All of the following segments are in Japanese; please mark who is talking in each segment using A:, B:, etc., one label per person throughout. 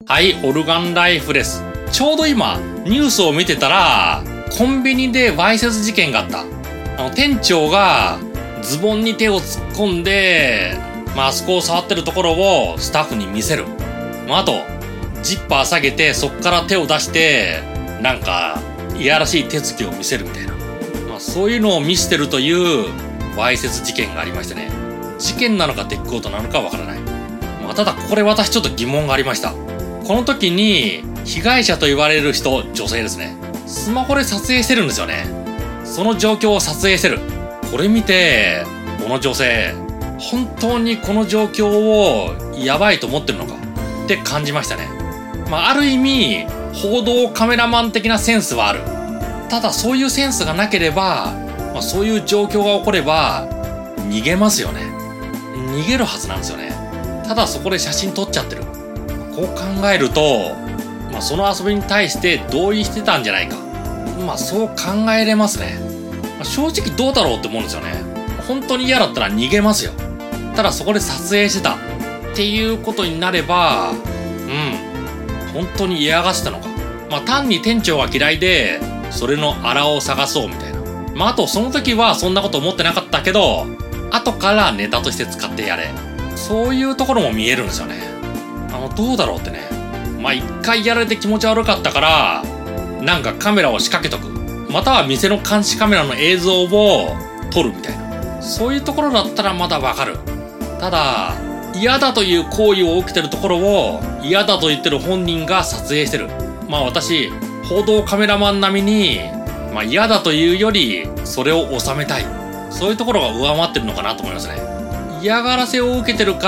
A: はい、オルガンライフです。ちょうど今、ニュースを見てたら、コンビニでわいせつ事件があった。店長がズボンに手を突っ込んで、あそこを触ってるところをスタッフに見せる。あと、ジッパー下げてそっから手を出して、なんか、いやらしい手つきを見せるみたいな。そういうのを見せてるというわいせつ事件がありましてね。事件なのかデックオートなのかわからない。ただこれ私ちょっと疑問がありました。この時に被害者と言われる人、女性ですね。スマホで撮影してるんですよね。その状況を撮影してる。これ見て、この女性、本当にこの状況をやばいと思ってるのかって感じましたね。ある意味、報道カメラマン的なセンスはある。ただそういうセンスがなければ、そういう状況が起これば、逃げますよね。逃げるはずなんですよね。ただそこで写真撮っちゃってる。こう考えると、その遊びに対して同意してたんじゃないか。そう考えれますね。正直どうだろうって思うんですよね。本当に嫌だったら逃げますよ。ただそこで撮影してたっていうことになれば、本当に嫌がってたのか。単に店長が嫌いで、それのあらを探そうみたいな。あとその時はそんなこと思ってなかったけど、後からネタとして使ってやれ。そういうところも見えるんですよね。どうだろうってね。一回やられて気持ち悪かったから、なんかカメラを仕掛けとく。または店の監視カメラの映像を撮るみたいな。そういうところだったらまだわかる。ただ、嫌だという行為を起きてるところを嫌だと言ってる本人が撮影してる。私、報道カメラマン並みに、嫌だというより、それを収めたい。そういうところが上回ってるのかなと思いますね。嫌がらせを受けてるから、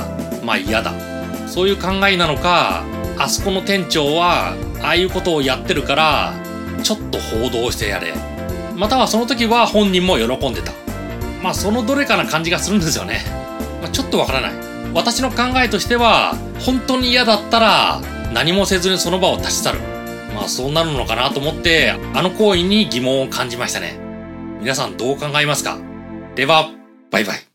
A: 嫌だ。そういう考えなのか、あそこの店長は、ああいうことをやってるから、ちょっと報道してやれ。またはその時は本人も喜んでた。そのどれかな感じがするんですよね。ちょっとわからない。私の考えとしては、本当に嫌だったら、何もせずにその場を立ち去る。そうなるのかなと思って、あの行為に疑問を感じましたね。皆さんどう考えますか？では、バイバイ。